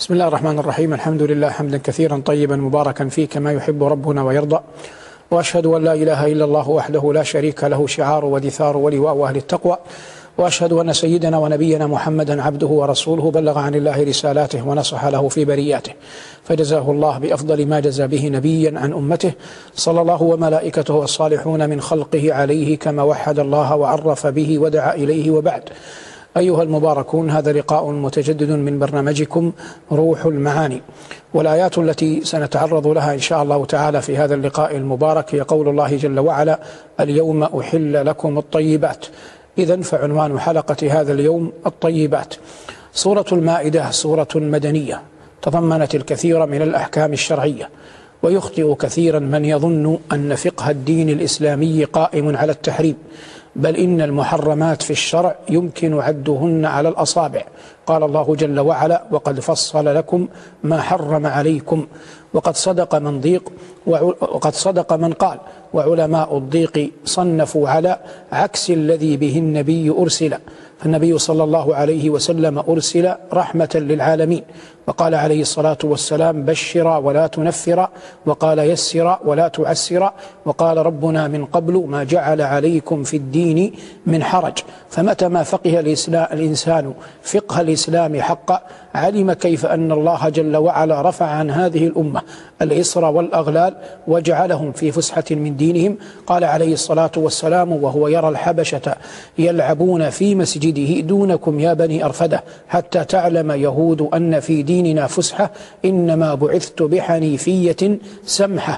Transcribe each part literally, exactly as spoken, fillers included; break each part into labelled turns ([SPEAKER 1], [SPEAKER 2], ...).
[SPEAKER 1] بسم الله الرحمن الرحيم. الحمد لله حمدا كثيرا طيبا مباركا فيه كما يحب ربنا ويرضى، وأشهد أن لا إله إلا الله وحده لا شريك له شعار ودثار ولواء أهل التقوى، وأشهد أن سيدنا ونبينا محمدا عبده ورسوله بلغ عن الله رسالاته ونصح له في برياته، فجزاه الله بأفضل ما جزى به نبيا عن أمته، صلى الله وملائكته والصالحون من خلقه عليه كما وحد الله وعرف به ودعا إليه. وبعد، أيها المباركون، هذا لقاء متجدد من برنامجكم روح المعاني، والآيات التي سنتعرض لها إن شاء الله تعالى في هذا اللقاء المبارك هي قول الله جل وعلا: اليوم أحل لكم الطيبات. إذن فعنوان حلقة هذا اليوم الطيبات. سورة المائدة سورة مدنية تضمنت الكثير من الأحكام الشرعية، ويخطئ كثيرا من يظن أن فقه الدين الإسلامي قائم على التحريم، بل إن المحرمات في الشرع يمكن عدهن على الأصابع. قال الله جل وعلا: وقد فصل لكم ما حرم عليكم. وقد صدق من ضيق وقد صدق من قال، وعلماء الضيق صنفوا على عكس الذي به النبي أرسل، فالنبي صلى الله عليه وسلم أرسل رحمة للعالمين، وقال عليه الصلاة والسلام: بشرا ولا تنفرا، وقال يسرا ولا تعسرا، وقال ربنا من قبل ما جعل عليكم في الدين من حرج. فمتى ما فقه الإنسان فقه الإسلام حقا علم كيف أن الله جل وعلا رفع عن هذه الأمة الإصر والأغلال وجعلهم في فسحة من دينهم. قال عليه الصلاة والسلام وهو يرى الحبشة يلعبون في مسجده: دونكم يا بني أرفدة حتى تعلم يهود أن في ديننا فسحة، إنما بعثت بحنيفية سمحة.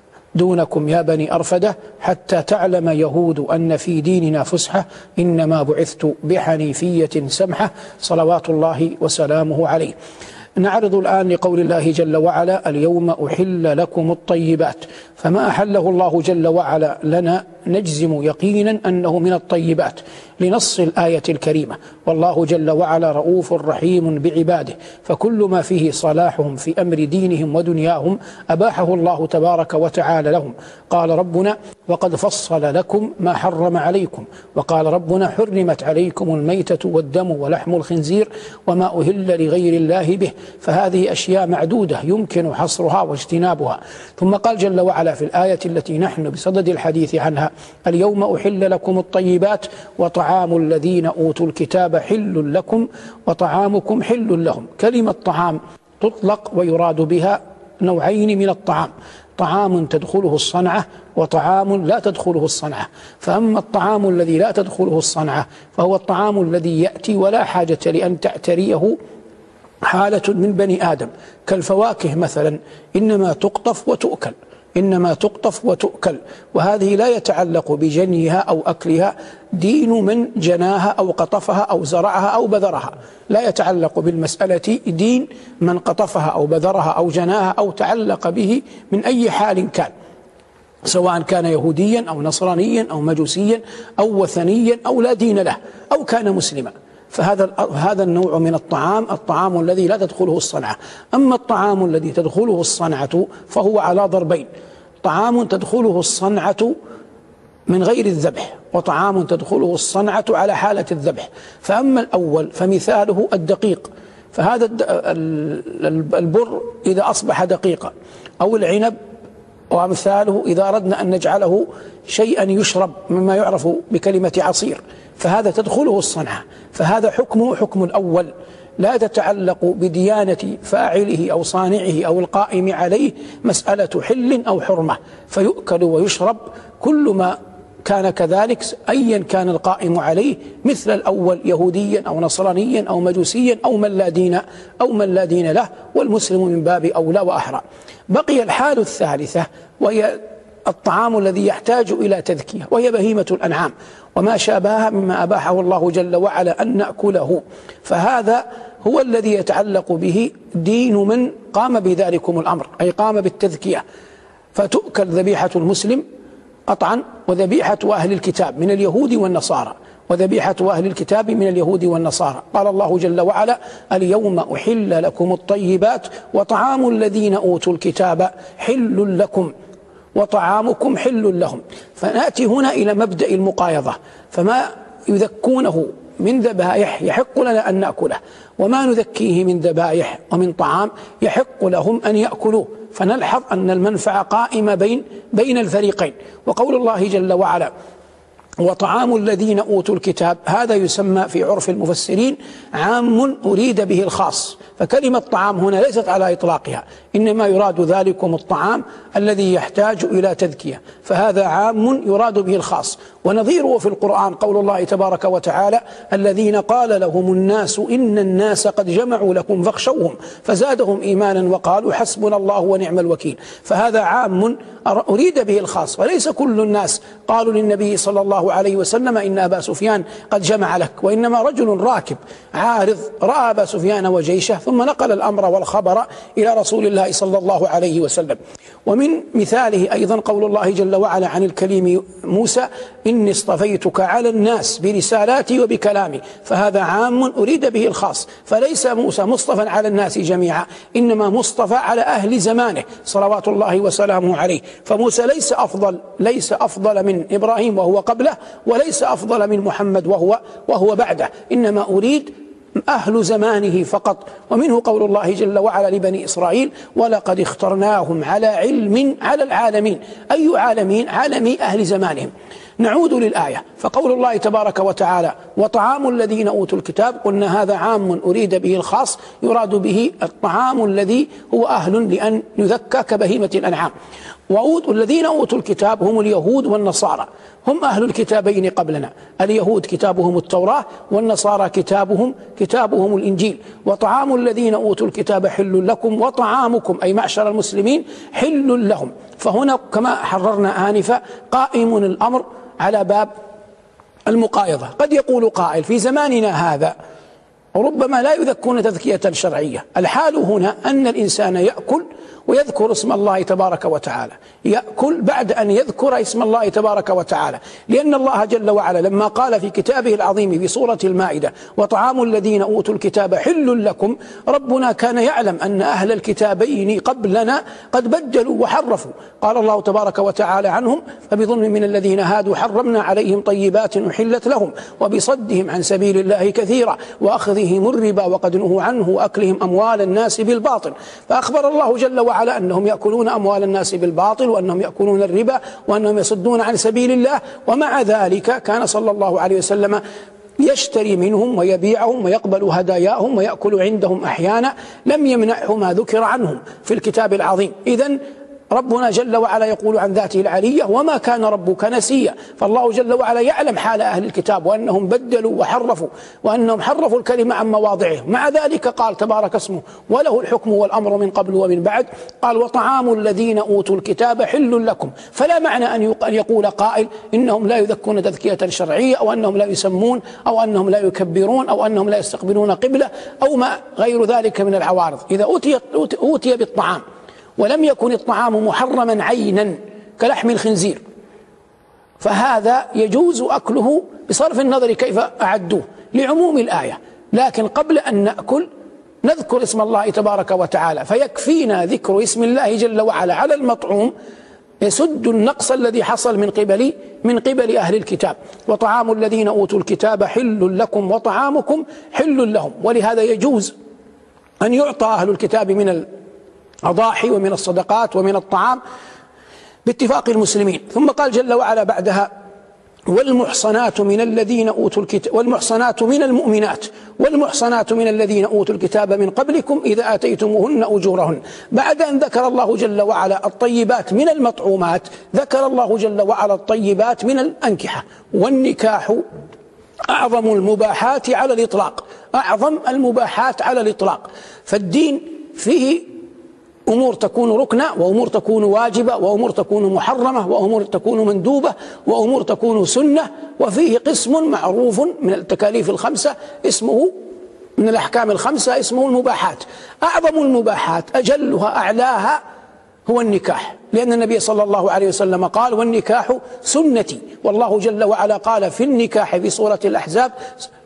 [SPEAKER 1] دونكم يا بني أرفدة حتى تعلم يهود أن في ديننا فسحة، إنما بعثت بحنيفية سمحة، صلوات الله وسلامه عليه. نعرض الآن لقول الله جل وعلا: اليوم أحل لكم الطيبات. فما أحله الله جل وعلا لنا نجزم يقينا أنه من الطيبات لنص الآية الكريمة، والله جل وعلا رؤوف رحيم بعباده، فكل ما فيه صلاحهم في أمر دينهم ودنياهم أباحه الله تبارك وتعالى لهم. قال ربنا: وقد فصل لكم ما حرم عليكم. وقال ربنا: حرمت عليكم الميتة والدم ولحم الخنزير وما أهل لغير الله به. فهذه أشياء معدودة يمكن حصرها واجتنابها. ثم قال جل وعلا في الآية التي نحن بصدد الحديث عنها: اليوم أحل لكم الطيبات وطعام الذين أوتوا الكتاب حل لكم وطعامكم حل لهم. كلمة طعام تطلق ويراد بها نوعين من الطعام: طعام تدخله الصنعة وطعام لا تدخله الصنعة. فأما الطعام الذي لا تدخله الصنعة فهو الطعام الذي يأتي ولا حاجة لأن تعتريه حالة من بني آدم، كالفواكه مثلا، إنما تقطف وتؤكل إنما تقطف وتؤكل وهذه لا يتعلق بجنيها أو أكلها دين من جناها أو قطفها أو زرعها أو بذرها، لا يتعلق بالمسألة دين من قطفها أو بذرها أو جناها أو تعلق به من أي حال كان، سواء كان يهوديا أو نصرانيا أو مجوسيا أو وثنيا أو لا دين له أو كان مسلما. فهذا هذا النوع من الطعام الطعام الذي لا تدخله الصنعة. أما الطعام الذي تدخله الصنعة فهو على ضربين: طعام تدخله الصنعة من غير الذبح، وطعام تدخله الصنعة على حالة الذبح. فأما الأول فمثاله الدقيق، فهذا البر إذا أصبح دقيقا، أو العنب، ومثاله إذا أردنا أن نجعله شيئا يشرب مما يعرف بكلمة عصير، فهذا تدخله الصنعة. فهذا حكمه حكم الأول، لا تتعلق بديانة فاعله أو صانعه أو القائم عليه مسألة حل أو حرمة، فيؤكل ويشرب كل ما كان كذلك أيا كان القائم عليه، مثل الأول يهوديا أو نصرانيا أو مجوسيا أو من لا دين أو من لا دين له، والمسلم من باب أولى وأحرى. بقي الحال الثالثة وهي الطعام الذي يحتاج إلى تذكية، وهي بهيمة الأنعام وما شابهها مما أباحه الله جل وعلا أن نأكله. فهذا هو الذي يتعلق به دين من قام بذلكم الأمر، أي قام بالتذكية، فتؤكل ذبيحة المسلم قطعا، وذبيحة أهل الكتاب من اليهود والنصارى وذبيحة أهل الكتاب من اليهود والنصارى. قال الله جل وعلا: اليوم أحل لكم الطيبات وطعام الذين أوتوا الكتاب حل لكم وطعامكم حل لهم. فنأتي هنا إلى مبدأ المقايضة، فما يذكونه من ذبائح يحق لنا أن نأكله، وما نذكيه من ذبائح ومن طعام يحق لهم أن يأكلوه. فنلحظ أن المنفعة قائمة بين بين الفريقين. وقول الله جل وعلا وطعام الذين أوتوا الكتاب، هذا يسمى في عرف المفسرين عام أريد به الخاص، فكلمة طعام هنا ليست على إطلاقها، إنما يراد ذلكم الطعام الذي يحتاج إلى تذكية، فهذا عام يراد به الخاص. ونظيره في القرآن قول الله تبارك وتعالى الذين قال لهم الناس إن الناس قد جمعوا لكم فاخشوهم فزادهم إيمانا وقالوا حسبنا الله ونعم الوكيل. فهذا عام أريد به الخاص، وليس كل الناس قالوا للنبي صلى الله عليه وسلم إن أبا سفيان قد جمع لك، وإنما رجل راكب عارض رأى أبا سفيان وجيشه ثم نقل الأمر والخبر إلى رسول الله صلى الله عليه وسلم. ومن مثاله أيضا قول الله جل وعلا عن الكليم موسى إني اصطفيتك على الناس برسالاتي وبكلامي، فهذا عام أريد به الخاص، فليس موسى مصطفى على الناس جميعا، إنما مصطفى على أهل زمانه صلوات الله وسلامه عليه. فموسى ليس أفضل ليس أفضل من إبراهيم وهو قبله، وليس أفضل من محمد وهو وهو بعده، إنما أريد أهل زمانه فقط. ومنه قول الله جل وعلا لبني إسرائيل ولقد اخترناهم على علم على العالمين، أي عالمين؟ عالمي أهل زمانهم. نعود للآية، فقول الله تبارك وتعالى وطعام الذين أوتوا الكتاب، قلنا هذا عام أريد به الخاص، يراد به الطعام الذي هو أهل لأن يذكى كبهيمة الأنعام. والذين أوتوا الكتاب هم اليهود والنصارى، هم أهل الكتابين قبلنا، اليهود كتابهم التوراة والنصارى كتابهم كتابهم الإنجيل. وطعام الذين أوتوا الكتاب حل لكم وطعامكم أي معشر المسلمين حل لهم. فهنا كما حررنا آنفا قائم الأمر على باب المقايضة. قد يقول قائل في زماننا هذا ربما لا يذكون تذكية شرعية، الحال هنا أن الإنسان يأكل ويذكر اسم الله تبارك وتعالى، يأكل بعد أن يذكر اسم الله تبارك وتعالى، لأن الله جل وعلا لما قال في كتابه العظيم في سورة المائدة وطعام الذين أوتوا الكتاب حل لكم، ربنا كان يعلم أن أهل الكتابين قبلنا قد بدلوا وحرفوا. قال الله تبارك وتعالى عنهم فبظلم من الذين هادوا حرمنا عليهم طيبات أحلت لهم وبصدهم عن سبيل الله كثيرا وأخذهم الربا وقد نهوا عنه وأكلهم أموال الناس بالباطل. فأخبر الله جل وعلا على أنهم يأكلون أموال الناس بالباطل، وأنهم يأكلون الربا، وأنهم يصدون عن سبيل الله. ومع ذلك كان صلى الله عليه وسلم يشتري منهم ويبيعهم ويقبل هداياهم ويأكل عندهم أحيانا، لم يمنعه ما ذكر عنهم في الكتاب العظيم. إذن ربنا جل وعلا يقول عن ذاته العلية وما كان ربك نسيا. فالله جل وعلا يعلم حال أهل الكتاب وأنهم بدلوا وحرفوا، وأنهم حرفوا الكلمة عن مواضعه. مع ذلك قال تبارك اسمه وله الحكم والأمر من قبل ومن بعد، قال وطعام الذين أوتوا الكتاب حل لكم. فلا معنى أن يقول قائل إنهم لا يذكون تذكية شرعية، أو أنهم لا يسمون، أو أنهم لا يكبرون، أو أنهم لا يستقبلون قبلة، أو ما غير ذلك من العوارض. إذا أوتي, أوتي بالطعام ولم يكن الطعام محرما عينا كلحم الخنزير، فهذا يجوز أكله بصرف النظر كيف أعدوه لعموم الآية. لكن قبل أن نأكل نذكر اسم الله تبارك وتعالى، فيكفينا ذكر اسم الله جل وعلا على المطعوم يسد النقص الذي حصل من قبل من قبل أهل الكتاب. وطعام الذين أوتوا الكتاب حل لكم وطعامكم حل لهم. ولهذا يجوز أن يعطى أهل الكتاب من الأضاحي ومن الصدقات ومن الطعام باتفاق المسلمين. ثم قال جل وعلا بعدها والمحصنات من الذين أوتوا الكتاب والمحصنات من المؤمنات والمحصنات من الذين أوتوا الكتاب من قبلكم إذا آتيتموهن أجورهن. بعد أن ذكر الله جل وعلا الطيبات من المطعومات، ذكر الله جل وعلا الطيبات من الأنكحة. والنكاح أعظم المباحات على الإطلاق، أعظم المباحات على الإطلاق. فالدين فيه أمور تكون ركنة، وأمور تكون واجبة، وأمور تكون محرمة، وأمور تكون مندوبة، وأمور تكون سنة. وفيه قسم معروف من التكاليف الخمسة اسمه من الأحكام الخمسة اسمه المباحات. أعظم المباحات أجلها أعلاها هو النكاح، لأن النبي صلى الله عليه وسلم قال والنكاح سنتي. والله جل وعلا قال في النكاح في سورة الأحزاب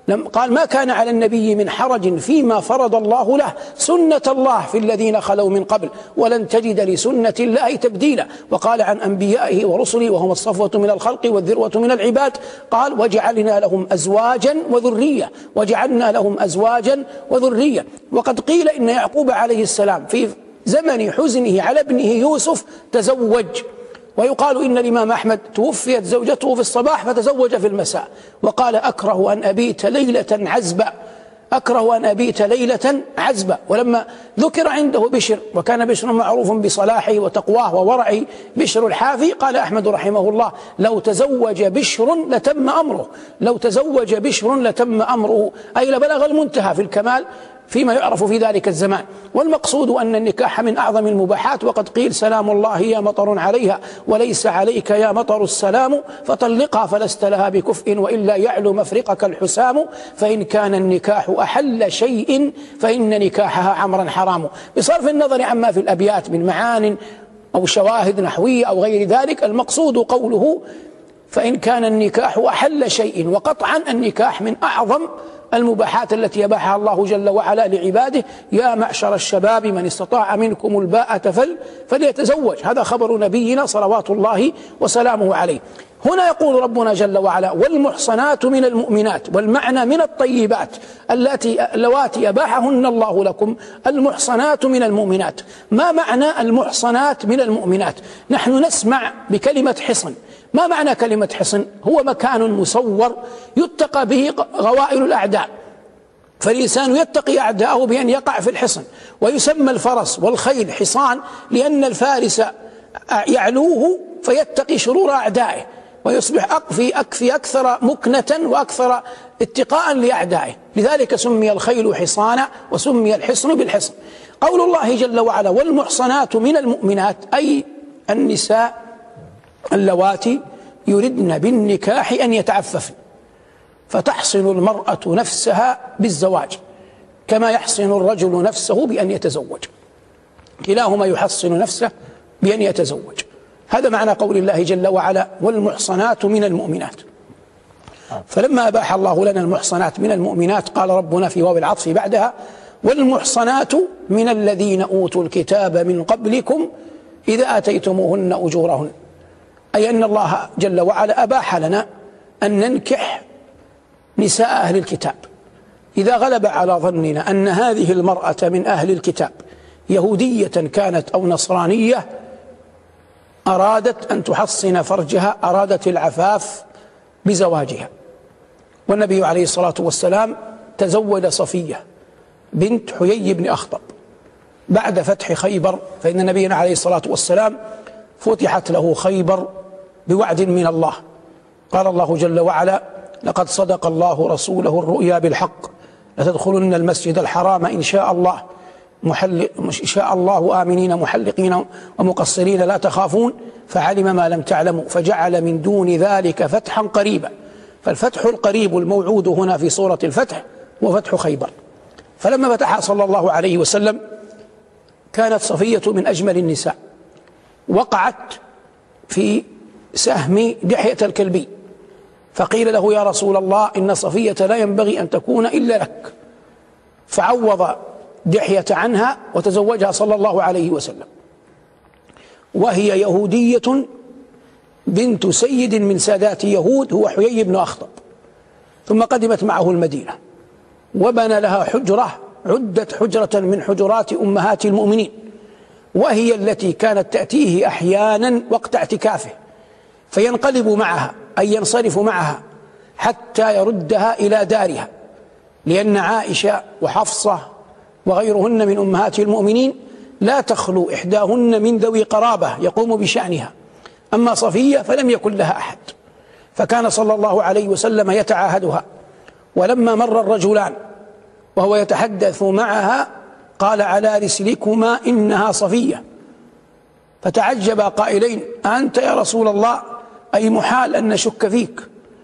[SPEAKER 1] لم قال ما كان على النبي من حرج فيما فرض الله له، سنة الله في الذين خلوا من قبل ولن تجد لسنة الله تبديلا. وقال عن أنبيائه ورسله وهم الصفوة من الخلق والذروة من العباد، قال وجعلنا لهم أزواجا وذرية، وجعلنا لهم أزواجا وذرية. وقد قيل إن يعقوب عليه السلام في زمن حزنه على ابنه يوسف تزوج، ويقال إن الإمام أحمد توفيت زوجته في الصباح فتزوج في المساء، وقال أكره أن أبيت ليلة عزبا، أكره أن أبيت ليلة عزبا. ولما ذكر عنده بشر، وكان بشر معروف بصلاحه وتقواه وورعه، بشر الحافي، قال أحمد رحمه الله لو تزوج بشر لتم أمره، لو تزوج بشر لتم أمره، أي لبلغ المنتهى في الكمال فيما يعرف في ذلك الزمان. والمقصود أن النكاح من أعظم المباحات، وقد قيل سلام الله يا مطر عليها وليس عليك يا مطر السلام، فطلقها فلست لها بكفء وإلا يعلو مفرقك الحسام، فإن كان النكاح أحل شيء فإن نكاحها عمرا حرام. بصرف النظر عما في الأبيات من معان أو شواهد نحوية أو غير ذلك، المقصود قوله فإن كان النكاح أحل شيء، وقطعا النكاح من أعظم المباحات التي يباحها الله جل وعلا لعباده. يا معشر الشباب من استطاع منكم الباءة فل فليتزوج، هذا خبر نبينا صلوات الله وسلامه عليه. هنا يقول ربنا جل وعلا والمحصنات من المؤمنات، والمعنى من الطيبات التي اللواتي أباحهن الله لكم، المحصنات من المؤمنات. ما معنى المحصنات من المؤمنات؟ نحن نسمع بكلمة حصن. ما معنى كلمة حصن؟ هو مكان مسور يتقى به غوائل الأعداء، فالإنسان يتقي أعداءه بأن يقع في الحصن. ويسمى الفرس والخيل حصان لأن الفارس يعلوه فيتقي شرور أعدائه، ويصبح أكفي أكفي أكثر مكنة وأكثر اتقاء لأعدائه، لذلك سمي الخيل حصانا وسمي الحصن بالحصن. قول الله جل وعلا والمحصنات من المؤمنات، أي النساء اللواتي يردن بالنكاح أن يتعففن، فتحصن المرأة نفسها بالزواج كما يحصن الرجل نفسه بأن يتزوج، كلاهما يحصن نفسه بأن يتزوج. هذا معنى قول الله جل وعلا والمحصنات من المؤمنات. فلما أباح الله لنا المحصنات من المؤمنات قال ربنا في واو العطف بعدها والمحصنات من الذين أوتوا الكتاب من قبلكم إذا آتيتموهن أجورهن، أي أن الله جل وعلا أباح لنا أن ننكح نساء أهل الكتاب إذا غلب على ظننا أن هذه المرأة من أهل الكتاب يهودية كانت أو نصرانية، أرادت أن تحصن فرجها، أرادت العفاف بزواجها. والنبي عليه الصلاة والسلام تزوج صفية بنت حيي بن أخطب بعد فتح خيبر، فإن نبينا عليه الصلاة والسلام فتحت له خيبر بوعد من الله. قال الله جل وعلا لقد صدق الله رسوله الرؤيا بالحق لتدخلن المسجد الحرام إن شاء الله محلق إن شاء الله آمنين محلقين ومقصرين لا تخافون فعلم ما لم تعلموا فجعل من دون ذلك فتحا قريبا. فالفتح القريب الموعود هنا في سورة الفتح هو فتح خيبر. فلما فتح صلى الله عليه وسلم كانت صفية من أجمل النساء، وقعت في سهم دحية الكلبي، فقيل له يا رسول الله إن صفية لا ينبغي أن تكون إلا لك، فعوض دحية عنها وتزوجها صلى الله عليه وسلم، وهي يهودية بنت سيد من سادات يهود هو حيي بن أخطب. ثم قدمت معه المدينة وبنى لها حجرة عدت حجرة من حجرات أمهات المؤمنين، وهي التي كانت تأتيه أحيانا وقت اعتكافه فينقلب معها أي ينصرف معها حتى يردها إلى دارها، لأن عائشة وحفصة وغيرهن من أمهات المؤمنين لا تخلو إحداهن من ذوي قرابة يقوم بشأنها، أما صفية فلم يكن لها أحد، فكان صلى الله عليه وسلم يتعاهدها. ولما مر الرجلان وهو يتحدث معها قال على رسلكما إنها صفية، فتعجب قائلين أنت يا رسول الله أي محال أن نشك فيك؟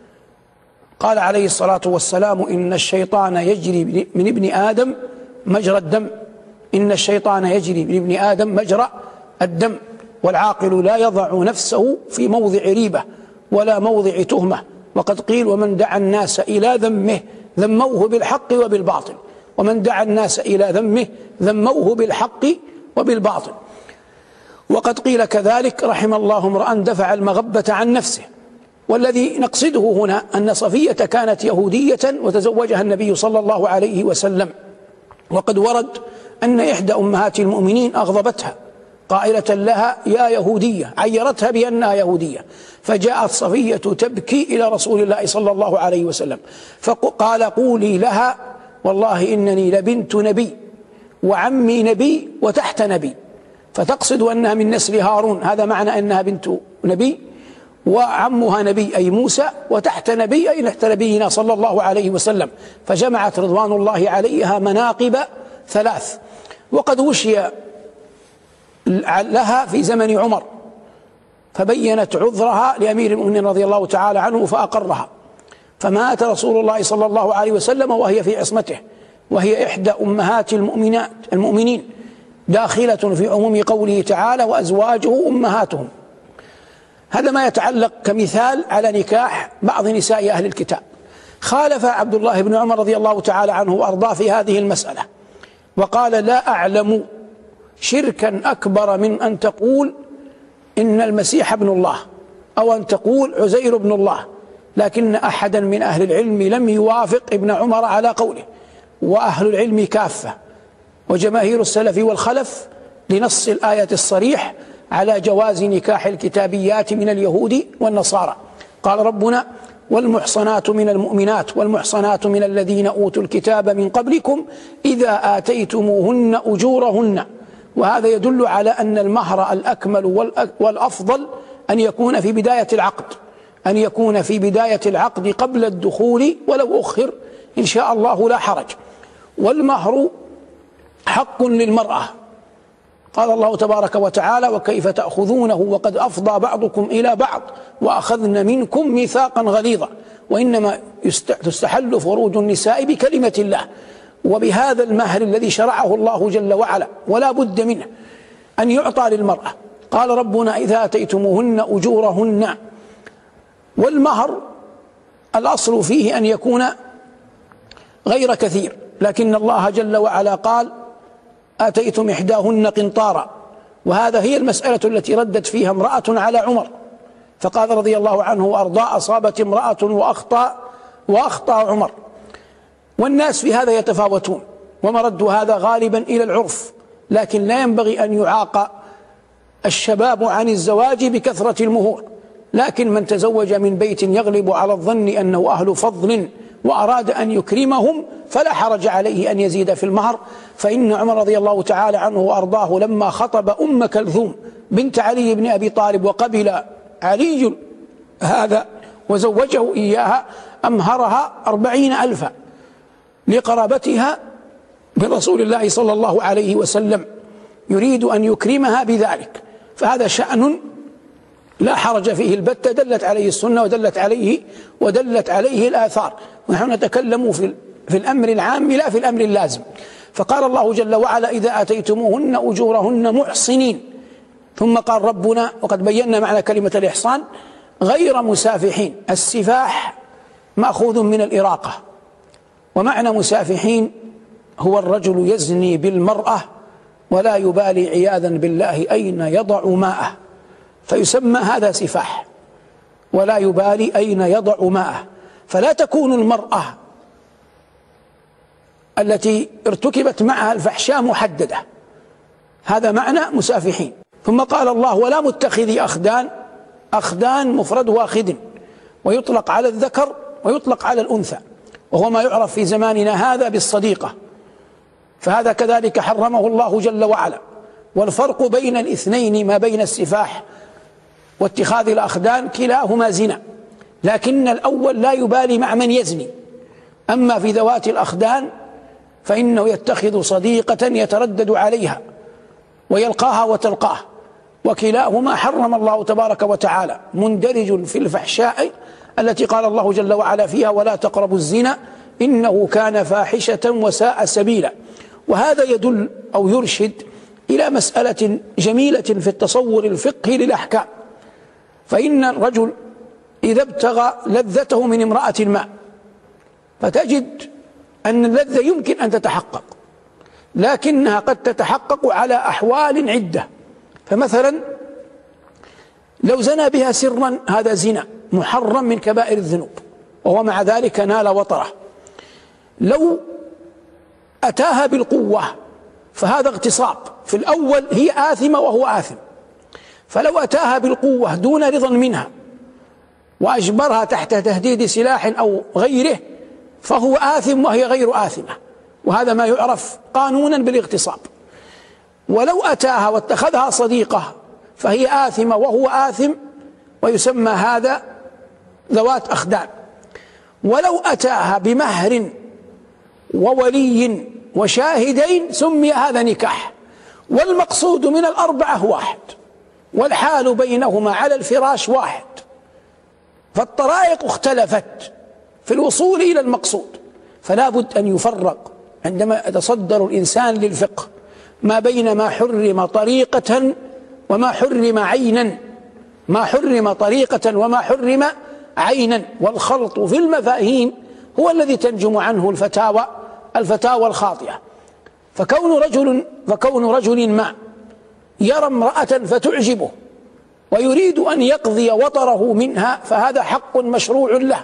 [SPEAKER 1] قال عليه الصلاة والسلام إن الشيطان يجري من ابن آدم مجرى الدم، إن الشيطان يجري من ابن آدم مجرى الدم، والعاقل لا يضع نفسه في موضع ريبة ولا موضع تهمة، وقد قيل ومن دعا الناس إلى ذمه ذموه بالحق وبالباطل، ومن دعا الناس إلى ذمه ذموه بالحق وبالباطل. وقد قيل كذلك: رحم الله امرأ دفع المغبة عن نفسه. والذي نقصده هنا أن صفية كانت يهودية وتزوجها النبي صلى الله عليه وسلم، وقد ورد أن إحدى أمهات المؤمنين أغضبتها قائلة لها: يا يهودية، عيرتها بأنها يهودية. فجاءت صفية تبكي إلى رسول الله صلى الله عليه وسلم فقال: قولي لها والله إنني لبنت نبي وعمي نبي وتحت نبي. فتقصد أنها من نسل هارون، هذا معنى أنها بنت نبي، وعمها نبي أي موسى، وتحت نبي أي تحت نبينا صلى الله عليه وسلم. فجمعت رضوان الله عليها مناقب ثلاث. وقد وشي لها في زمن عمر، فبينت عذرها لأمير المؤمنين رضي الله تعالى عنه فأقرها، فمات رسول الله صلى الله عليه وسلم وهي في عصمته، وهي إحدى أمهات المؤمنات المؤمنين، داخلة في عموم قوله تعالى: وأزواجه أمهاتهم. هذا ما يتعلق كمثال على نكاح بعض نساء أهل الكتاب. خالف عبد الله بن عمر رضي الله تعالى عنه وأرضاه في هذه المسألة، وقال: لا أعلم شركا أكبر من أن تقول إن المسيح ابن الله، أو أن تقول عزير ابن الله. لكن أحدا من أهل العلم لم يوافق ابن عمر على قوله، وأهل العلم كافة وجماهير السلف والخلف لنص الآية الصريح على جواز نكاح الكتابيات من اليهود والنصارى. قال ربنا: والمحصنات من المؤمنات والمحصنات من الذين أوتوا الكتاب من قبلكم إذا آتيتموهن أجورهن. وهذا يدل على أن المهر الأكمل والأفضل أن يكون في بداية العقد، أن يكون في بداية العقد قبل الدخول، ولو أخر إن شاء الله لا حرج. والمهر حق للمرأة، قال الله تبارك وتعالى: وكيف تأخذونه وقد أفضى بعضكم إلى بعض وأخذن منكم ميثاقا غليظا. وإنما تستحل فروج النساء بكلمة الله وبهذا المهر الذي شرعه الله جل وعلا، ولا بد منه أن يعطى للمرأة. قال ربنا: إذا أتيتموهن أجورهن. والمهر الأصل فيه أن يكون غير كثير، لكن الله جل وعلا قال: آتيتم إحداهن قنطارا. وهذا هي المسألة التي ردت فيها امرأة على عمر، فقال رضي الله عنه وأرضاه: أصابت امرأة وأخطأ وأخطأ عمر. والناس في هذا يتفاوتون، ومرد هذا غالبا إلى العرف، لكن لا ينبغي أن يعاق الشباب عن الزواج بكثرة المهور. لكن من تزوج من بيت يغلب على الظن أنه أهل فضل وأراد أن يكرمهم فلا حرج عليه أن يزيد في المهر. فإن عمر رضي الله تعالى عنه وأرضاه لما خطب أم كلثوم بنت علي بن أبي طالب وقبل علي هذا وزوجه إياها أمهرها أربعين ألفا لقرابتها برسول الله صلى الله عليه وسلم، يريد أن يكرمها بذلك. فهذا شأن لا حرج فيه البتة، دلت عليه السنة ودلت عليه ودلت عليه الآثار. ونحن نتكلم في في الأمر العام لا في الأمر اللازم. فقال الله جل وعلا: إذا آتيتموهن أجورهن محصنين. ثم قال ربنا، وقد بينا معنى كلمة الإحصان: غير مسافحين. السفاح مأخوذ من الإراقة، ومعنى مسافحين هو الرجل يزني بالمرأة ولا يبالي عياذا بالله أين يضع ماءه، فيسمى هذا سفاح، ولا يبالي أين يضع ماءه. فلا تكون المرأة التي ارتكبت معها الفحشاء محددة، هذا معنى مسافحين. ثم قال الله: ولا متخذي أخدان. أخدان مفرده أخد، ويطلق على الذكر ويطلق على الأنثى، وهو ما يعرف في زماننا هذا بالصديقة، فهذا كذلك حرمه الله جل وعلا. والفرق بين الاثنين ما بين السفاح واتخاذ الأخدان كلاهما زنا، لكن الأول لا يبالي مع من يزني، أما في ذوات الأخدان فإنه يتخذ صديقة يتردد عليها ويلقاها وتلقاه، وكلاهما حرم الله تبارك وتعالى، مندرج في الفحشاء التي قال الله جل وعلا فيها: ولا تقربوا الزنا إنه كان فاحشة وساء سبيلا. وهذا يدل أو يرشد إلى مسألة جميلة في التصور الفقهي للأحكام. فإن الرجل إذا ابتغى لذته من امرأة ما فتجد أن اللذة يمكن أن تتحقق، لكنها قد تتحقق على أحوال عدة. فمثلا لو زنى بها سرا هذا زنا محرم من كبائر الذنوب، وهو مع ذلك نال وطره. لو أتاها بالقوة فهذا اغتصاب، في الأول هي آثمة وهو آثم، فلو أتاها بالقوة دون رضا منها وأجبرها تحت تهديد سلاح أو غيره فهو آثم وهي غير آثمة، وهذا ما يعرف قانونا بالاغتصاب. ولو أتاها واتخذها صديقة فهي آثمة وهو آثم، ويسمى هذا ذوات أخدان. ولو أتاها بمهر وولي وشاهدين سمي هذا نكاح، والمقصود من الأربعة واحد، والحال بينهما على الفراش واحد. فالطرائق اختلفت في الوصول إلى المقصود، فلا بد أن يفرق عندما يتصدر الإنسان للفقه ما بين ما حرم طريقة وما حرم عينا، ما حرم طريقة وما حرم عينا، والخلط في المفاهيم هو الذي تنجم عنه الفتاوى الفتاوى الخاطئة. فكون رجل فكون رجل ما يرى امرأة فتعجبه ويريد أن يقضي وطره منها فهذا حق مشروع له،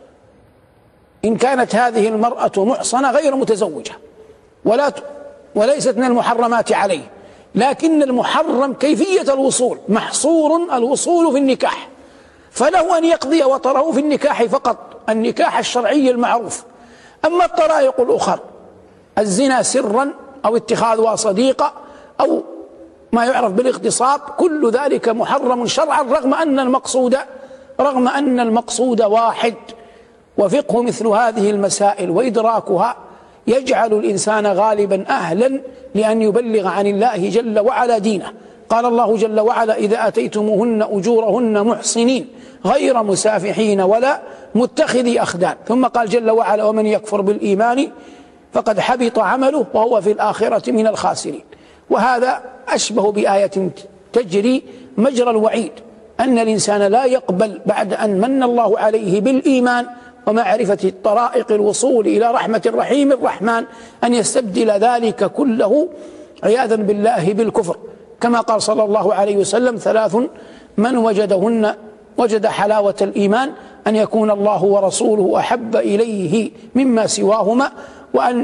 [SPEAKER 1] إن كانت هذه المرأة محصنة غير متزوجة ولا وليست من المحرمات عليه. لكن المحرم كيفية الوصول، محصور الوصول في النكاح، فله أن يقضي وطره في النكاح فقط، النكاح الشرعي المعروف. أما الطرائق الأخرى الزنا سرا أو اتخاذها صديقة أو ما يعرف بالاغتصاب، كل ذلك محرم شرعا رغم أن المقصود رغم أن المقصود واحد. وفقه مثل هذه المسائل وإدراكها يجعل الإنسان غالبا أهلا لأن يبلغ عن الله جل وعلا دينه. قال الله جل وعلا: إذا أتيتموهن أجورهن محصنين غير مسافحين ولا متخذي أخدان. ثم قال جل وعلا: ومن يكفر بالإيمان فقد حبط عمله وهو في الآخرة من الخاسرين. وهذا أشبه بآية تجري مجرى الوعيد، أن الإنسان لا يقبل بعد أن من الله عليه بالإيمان ومعرفة طرائق الوصول إلى رحمة الرحيم الرحمن أن يستبدل ذلك كله عياذا بالله بالكفر، كما قال صلى الله عليه وسلم: ثلاث من وجدهن وجد حلاوة الإيمان، أن يكون الله ورسوله أحب إليه مما سواهما، وأن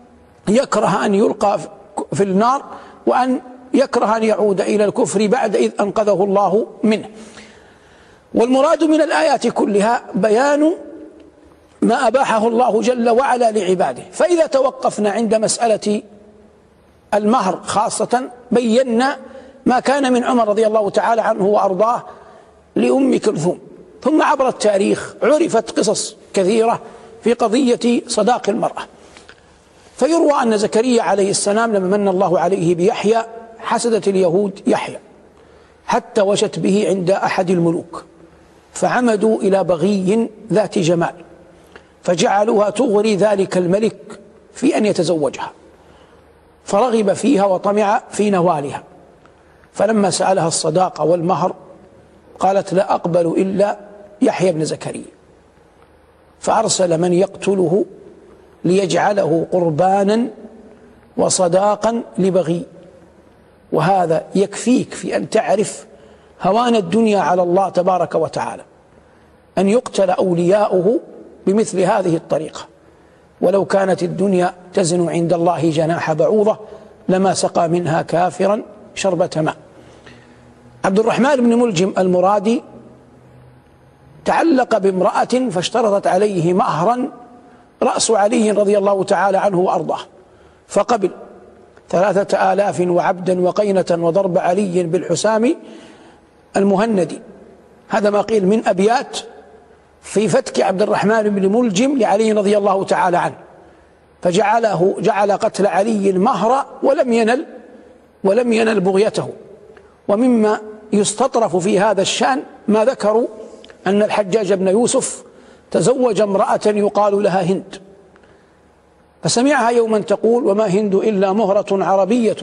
[SPEAKER 1] يكره أن يلقى في النار، وأن يكره أن يعود إلى الكفر بعد إذ أنقذه الله منه. والمراد من الآيات كلها بيان ما أباحه الله جل وعلا لعباده. فإذا توقفنا عند مسألة المهر خاصة بينا ما كان من عمر رضي الله تعالى عنه وأرضاه لأم كلثوم. ثم عبر التاريخ عرفت قصص كثيرة في قضية صداق المرأة. فيروى أن زكريا عليه السلام لما من الله عليه بيحيى حسدت اليهود يحيى حتى وشت به عند أحد الملوك، فعمدوا إلى بغي ذات جمال فجعلوها تغري ذلك الملك في أن يتزوجها، فرغب فيها وطمع في نوالها. فلما سألها الصداقة والمهر قالت: لا أقبل إلا يحيى بن زكريا. فأرسل من يقتله ليجعله قربانا وصداقا لبغي. وهذا يكفيك في أن تعرف هوان الدنيا على الله تبارك وتعالى، أن يقتل أولياؤه بمثل هذه الطريقة. ولو كانت الدنيا تزن عند الله جناح بعوضة لما سقى منها كافرا شربة ماء. عبد الرحمن بن ملجم المرادي تعلق بامرأة فاشترطت عليه مهرا رأس علي رضي الله تعالى عنه وأرضاه، فقبل ثلاثة آلاف وعبدا وقينة وضرب علي بالحسام المهندي. هذا ما قيل من أبيات في فتك عبد الرحمن بن ملجم لعلي رضي الله تعالى عنه، فجعله جعل قتل علي مهرا ولم ينل ولم ينل بغيته. ومما يستطرف في هذا الشأن ما ذكروا أن الحجاج بن يوسف تزوج امرأة يقال لها هند، فسمعها يوما تقول: وما هند إلا مهرة عربية.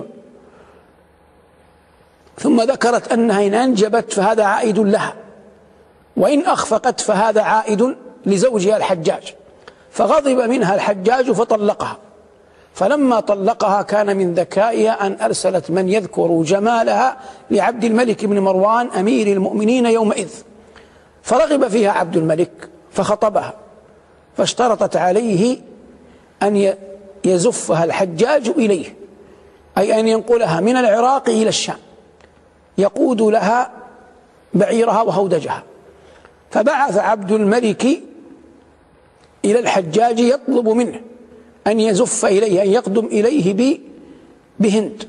[SPEAKER 1] ثم ذكرت أنها إن أنجبت فهذا عائد لها، وإن أخفقت فهذا عائد لزوجها الحجاج. فغضب منها الحجاج فطلقها. فلما طلقها كان من ذكائها أن أرسلت من يذكر جمالها لعبد الملك بن مروان أمير المؤمنين يومئذ، فرغب فيها عبد الملك فخطبها، فاشترطت عليه أن يزفها الحجاج إليه، أي أن ينقلها من العراق إلى الشام، يقود لها بعيرها وهودجها. فبعث عبد الملك إلى الحجاج يطلب منه أن يزف إليه، أن يقدم إليه بهند،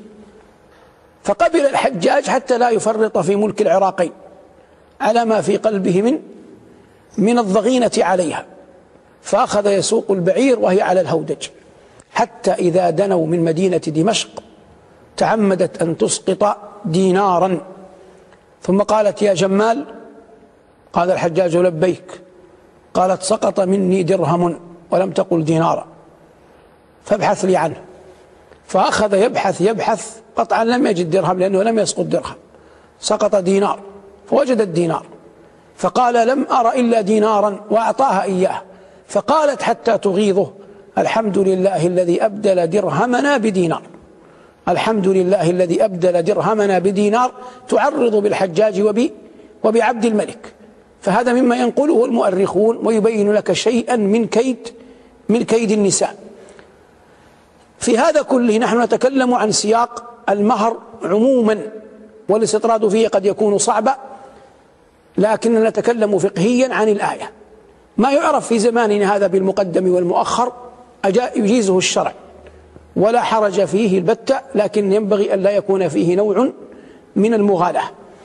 [SPEAKER 1] فقبل الحجاج حتى لا يفرط في ملك العراقين على ما في قلبه من من الضغينة عليها، فأخذ يسوق البعير وهي على الهودج، حتى إذا دنوا من مدينة دمشق تعمدت أن تسقط دينارا، ثم قالت: يا جمال. قال الحجاج: لبيك. قالت: سقط مني درهم ولم تقل دينارا، فابحث لي عنه. فأخذ يبحث يبحث، قطعا لم يجد درهم لأنه لم يسقط درهم، سقط دينار، فوجد الدينار، فقال: لم أرى إلا دينارا، وأعطاها إياه. فقالت حتى تغيظه: الحمد لله الذي أبدل درهمنا بدينار، الحمد لله الذي أبدل درهمنا بدينار، تعرض بالحجاج وب وبعبد الملك. فهذا مما ينقله المؤرخون ويبين لك شيئا من كيد من كيد النساء. في هذا كله نحن نتكلم عن سياق المهر عموما، والاستطراد فيه قد يكون صعبا، لكننا نتكلم فقهيا عن الآية. ما يعرف في زماننا هذا بالمقدم والمؤخر يجيزه الشرع ولا حرج فيه البتة، لكن ينبغي أن لا يكون فيه نوع من المغالاة.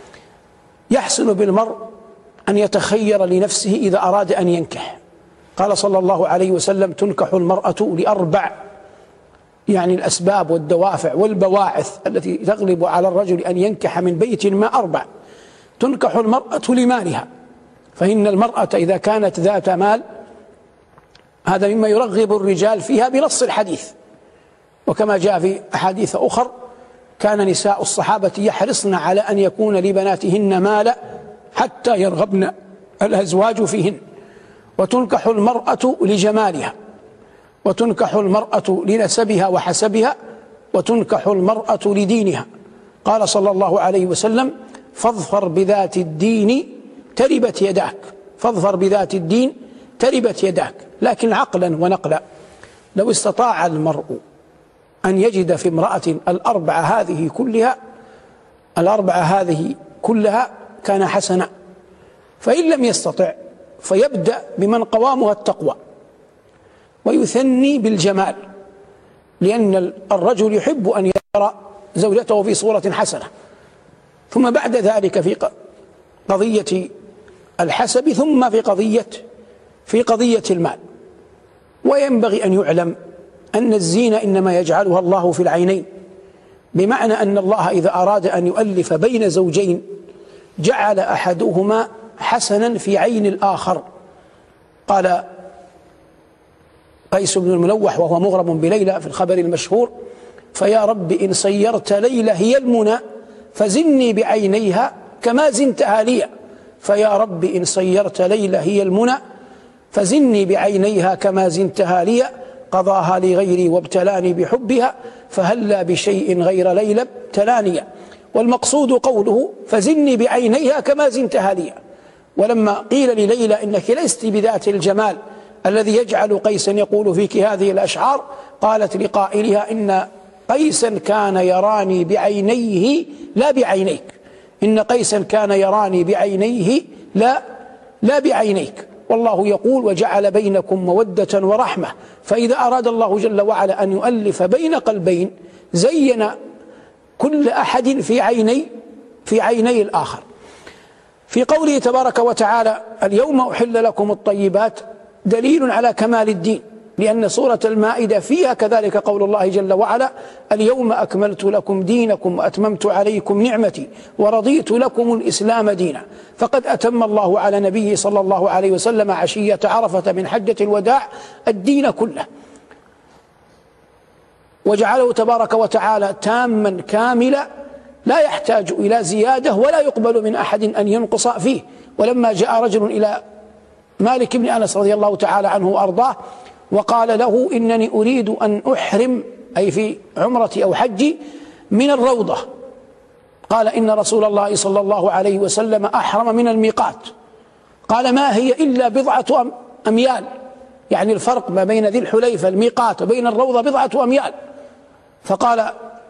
[SPEAKER 1] يحسن بالمرء أن يتخير لنفسه إذا أراد أن ينكح. قال صلى الله عليه وسلم: تنكح المرأة لأربع، يعني الأسباب والدوافع والبواعث التي تغلب على الرجل أن ينكح من بيت ما أربع. تنكح المرأة لمالها، فإن المرأة إذا كانت ذات مال هذا مما يرغب الرجال فيها بنص الحديث، وكما جاء في أحاديث أخر كان نساء الصحابة يحرصن على أن يكون لبناتهن مال حتى يرغبن الأزواج فيهن. وتنكح المرأة لجمالها، وتنكح المرأة لنسبها وحسبها، وتنكح المرأة لدينها. قال صلى الله عليه وسلم: فاظفر بذات الدين تربت يداك، فاظفر بذات الدين تربت يداك. لكن عقلا ونقلا لو استطاع المرء أن يجد في امرأة الأربعة هذه كلها الأربعة هذه كلها كان حسنا، فإن لم يستطع فيبدأ بمن قوامها التقوى ويثني بالجمال، لأن الرجل يحب أن يرى زوجته في صورة حسنة، ثم بعد ذلك في قضية الحسب، ثم في قضية في قضية المال. وينبغي أن يعلم أن الزينة إنما يجعلها الله في العينين، بمعنى أن الله إذا أراد أن يؤلف بين زوجين جعل أحدهما حسنا في عين الآخر. قال قيس بن الملوح وهو مغرم بليلى في الخبر المشهور: فيا رب إن صيرت ليلى هي المنى فزني بعينيها كما زنتها لي، فيا رب إن صيرت ليلى هي المنى فزني بعينيها كما زنتها لي، قضاها لغيري وابتلاني بحبها فهلا بشيء غير ليلى ابتلاني. والمقصود قوله فزني بعينيها كما زنتها لي. ولما قيل لليلى إنك لست بذات الجمال الذي يجعل قيسا يقول فيك هذه الأشعار، قالت لقائلها: إن قيسا كان يراني بعينيه لا بعينيك، إن قيسا كان يراني بعينيه لا لا بعينيك. والله يقول: وجعل بينكم مودة ورحمة. فإذا أراد الله جل وعلا أن يؤلف بين قلبين زين كل أحد في عيني في عيني الآخر. في قوله تبارك وتعالى: اليوم أحل لكم الطيبات، دليل على كمال الدين، لأن سورة المائدة فيها كذلك قول الله جل وعلا: اليوم أكملت لكم دينكم وأتممت عليكم نعمتي ورضيت لكم الإسلام دينا. فقد أتم الله على نبيه صلى الله عليه وسلم عشية عرفة من حجة الوداع الدين كله، وجعله تبارك وتعالى تاما كاملا لا يحتاج إلى زيادة ولا يقبل من أحد أن ينقص فيه. ولما جاء رجل إلى مالك بن أنس رضي الله تعالى عنه وأرضاه، وقال له: إنني أريد أن أحرم، أي في عمرتي أو حجي، من الروضة. قال: إن رسول الله صلى الله عليه وسلم أحرم من الميقات. قال: ما هي إلا بضعة أميال، يعني الفرق ما بين ذي الحليفة الميقات وبين الروضة بضعة أميال. فقال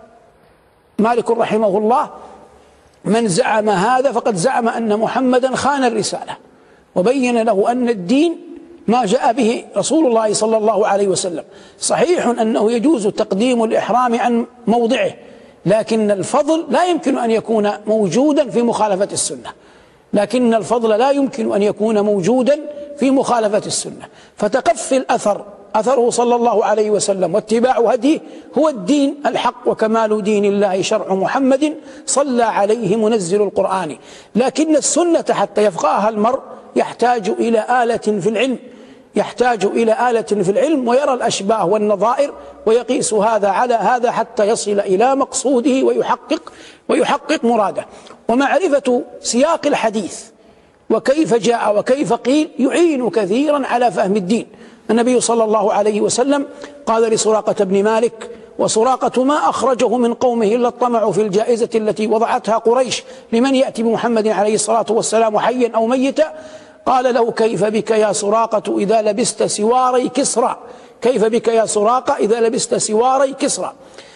[SPEAKER 1] مالك رحمه الله: من زعم هذا فقد زعم أن محمدا خان الرسالة، وبين له أن الدين ما جاء به رسول الله صلى الله عليه وسلم. صحيح أنه يجوز تقديم الإحرام عن موضعه، لكن الفضل لا يمكن أن يكون موجودا في مخالفة السنة، لكن الفضل لا يمكن أن يكون موجودا في مخالفة السنة. فتقفي الأثر، أثره صلى الله عليه وسلم، واتباع هديه هو الدين الحق، وكمال دين الله شرع محمد صلى عليه منزل القرآن. لكن السنة حتى يفقهها المرء يحتاج إلى آلة في العلم، يحتاج إلى آلة في العلم، ويرى الأشباه والنظائر ويقيس هذا على هذا حتى يصل إلى مقصوده ويحقق ويحقق مراده. ومعرفة سياق الحديث وكيف جاء وكيف قيل يعين كثيرا على فهم الدين. النبي صلى الله عليه وسلم قال لسراقة بن مالك، وسراقة ما أخرجه من قومه إلا الطمع في الجائزة التي وضعتها قريش لمن يأتي بمحمد عليه الصلاة والسلام حيا أو ميتا، قال له: كيف بك يا سراقة إذا لبست سواري كسرى، كيف بك يا سراقة إذا لبست سواري كسرى.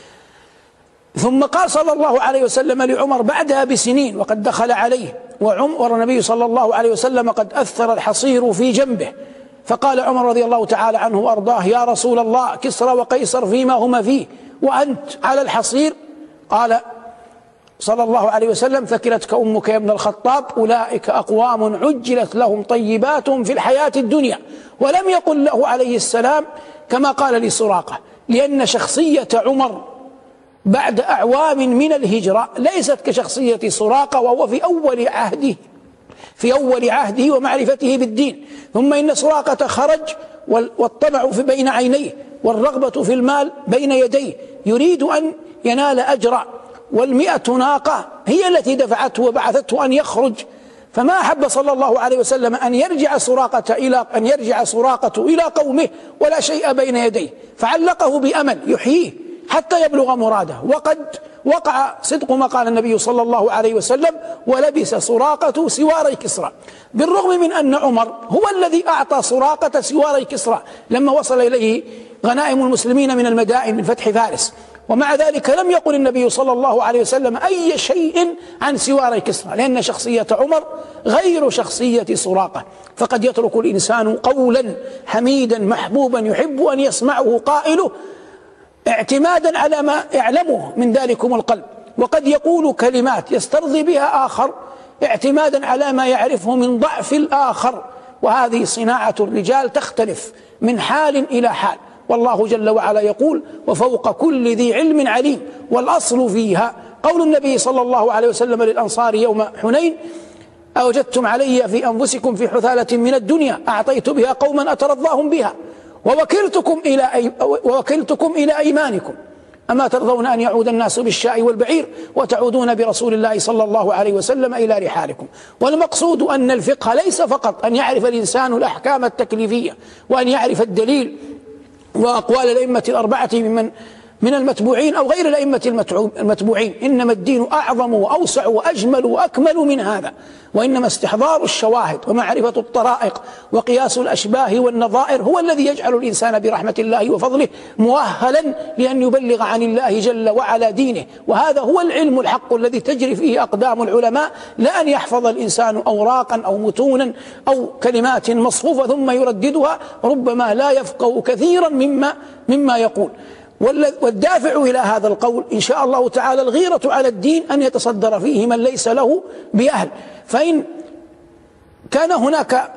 [SPEAKER 1] ثم قال صلى الله عليه وسلم لعمر بعدها بسنين وقد دخل عليه، وعمر النبي صلى الله عليه وسلم قد أثر الحصير في جنبه، فقال عمر رضي الله تعالى عنه وأرضاه: يا رسول الله، كسرى وقيصر فيما هما فيه وأنت على الحصير. قال صلى الله عليه وسلم: ثكلتك أمك يا ابن الخطاب، أولئك أقوام عجلت لهم طيباتهم في الحياة الدنيا. ولم يقل له عليه السلام كما قال لسراقة، لأن شخصية عمر بعد أعوام من الهجرة ليست كشخصية سراقة وهو في أول عهده في أول عهده ومعرفته بالدين. ثم إن سراقة خرج والطمع في بين عينيه والرغبة في المال بين يديه، يريد أن ينال أجرا، والمئة ناقة هي التي دفعته وبعثته أن يخرج. فما أحب صلى الله عليه وسلم أن يرجع سراقة إلى أن يرجع سراقة إلى قومه ولا شيء بين يديه، فعلقه بأمل يحييه حتى يبلغ مراده. وقد وقع صدق ما قال النبي صلى الله عليه وسلم: ولبس سراقة سواري كسرى. بالرغم من أن عمر هو الذي أعطى سراقة سواري كسرى لما وصل إليه غنائم المسلمين من المدائن من فتح فارس، ومع ذلك لم يقل النبي صلى الله عليه وسلم أي شيء عن سواري كسرى، لأن شخصية عمر غير شخصية سراقة. فقد يترك الإنسان قولا حميدا محبوبا يحب أن يسمعه قائله اعتمادا على ما يعلمه من ذلكم القلب، وقد يقول كلمات يسترضي بها آخر اعتمادا على ما يعرفه من ضعف الآخر. وهذه صناعة الرجال تختلف من حال إلى حال، والله جل وعلا يقول: وفوق كل ذي علم عليم. والأصل فيها قول النبي صلى الله عليه وسلم للأنصار يوم حنين: أوجدتم علي في أنفسكم في حثالة من الدنيا أعطيت بها قوما أترضاهم بها، ووكلتكم إلى أي ووكلتكم إلى أيمانكم، أما ترضون أن يعود الناس بالشاء والبعير وتعودون برسول الله صلى الله عليه وسلم إلى رحالكم. والمقصود أن الفقه ليس فقط أن يعرف الإنسان الأحكام التكليفية وأن يعرف الدليل وأقوال الأئمة الأربعة ممن من المتبوعين أو غير الأئمة المتبوعين، إنما الدين أعظم وأوسع وأجمل وأكمل من هذا، وإنما استحضار الشواهد ومعرفة الطرائق وقياس الأشباه والنظائر هو الذي يجعل الإنسان برحمة الله وفضله مؤهلا لأن يبلغ عن الله جل وعلا دينه. وهذا هو العلم الحق الذي تجري فيه أقدام العلماء، لا أن يحفظ الإنسان أوراقا أو متونا أو كلمات مصفوفة ثم يرددها، ربما لا يفقه كثيرا مما مما يقول. والدافع إلى هذا القول إن شاء الله تعالى الغيرة على الدين أن يتصدر فيه من ليس له بأهل. فإن كان هناك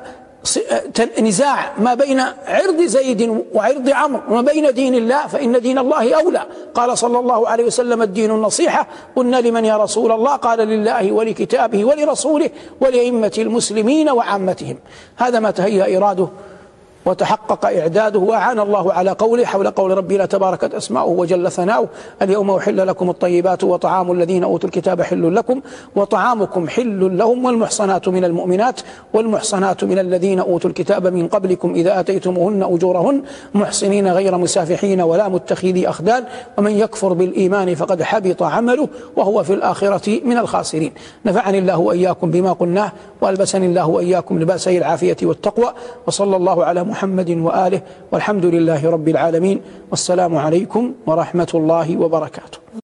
[SPEAKER 1] نزاع ما بين عرض زيد وعرض عمرو وما بين دين الله فإن دين الله أولى. قال صلى الله عليه وسلم: الدين النصيحة. قلنا: لمن يا رسول الله؟ قال: لله ولكتابه ولرسوله ولأئمة المسلمين وعامتهم. هذا ما تهيأ إراده وتحقق إعداده وأعان الله على قوله حول قول ربنا تباركت أسماؤه وجل ثناؤه: اليوم أحل لكم الطيبات وطعام الذين أوتوا الكتاب حل لكم وطعامكم حل لهم والمحصنات من المؤمنات والمحصنات من الذين أوتوا الكتاب من قبلكم إذا آتيتموهن أجورهن محصنين غير مسافحين ولا متخذي أخدان ومن يكفر بالإيمان فقد حبط عمله وهو في الآخرة من الخاسرين. نفعني الله وإياكم بما قلناه وألبسني الله وإياكم لباسي العافية والتقوى، وصلى الله على محمد وآله، والحمد لله رب العالمين، والسلام عليكم ورحمة الله وبركاته.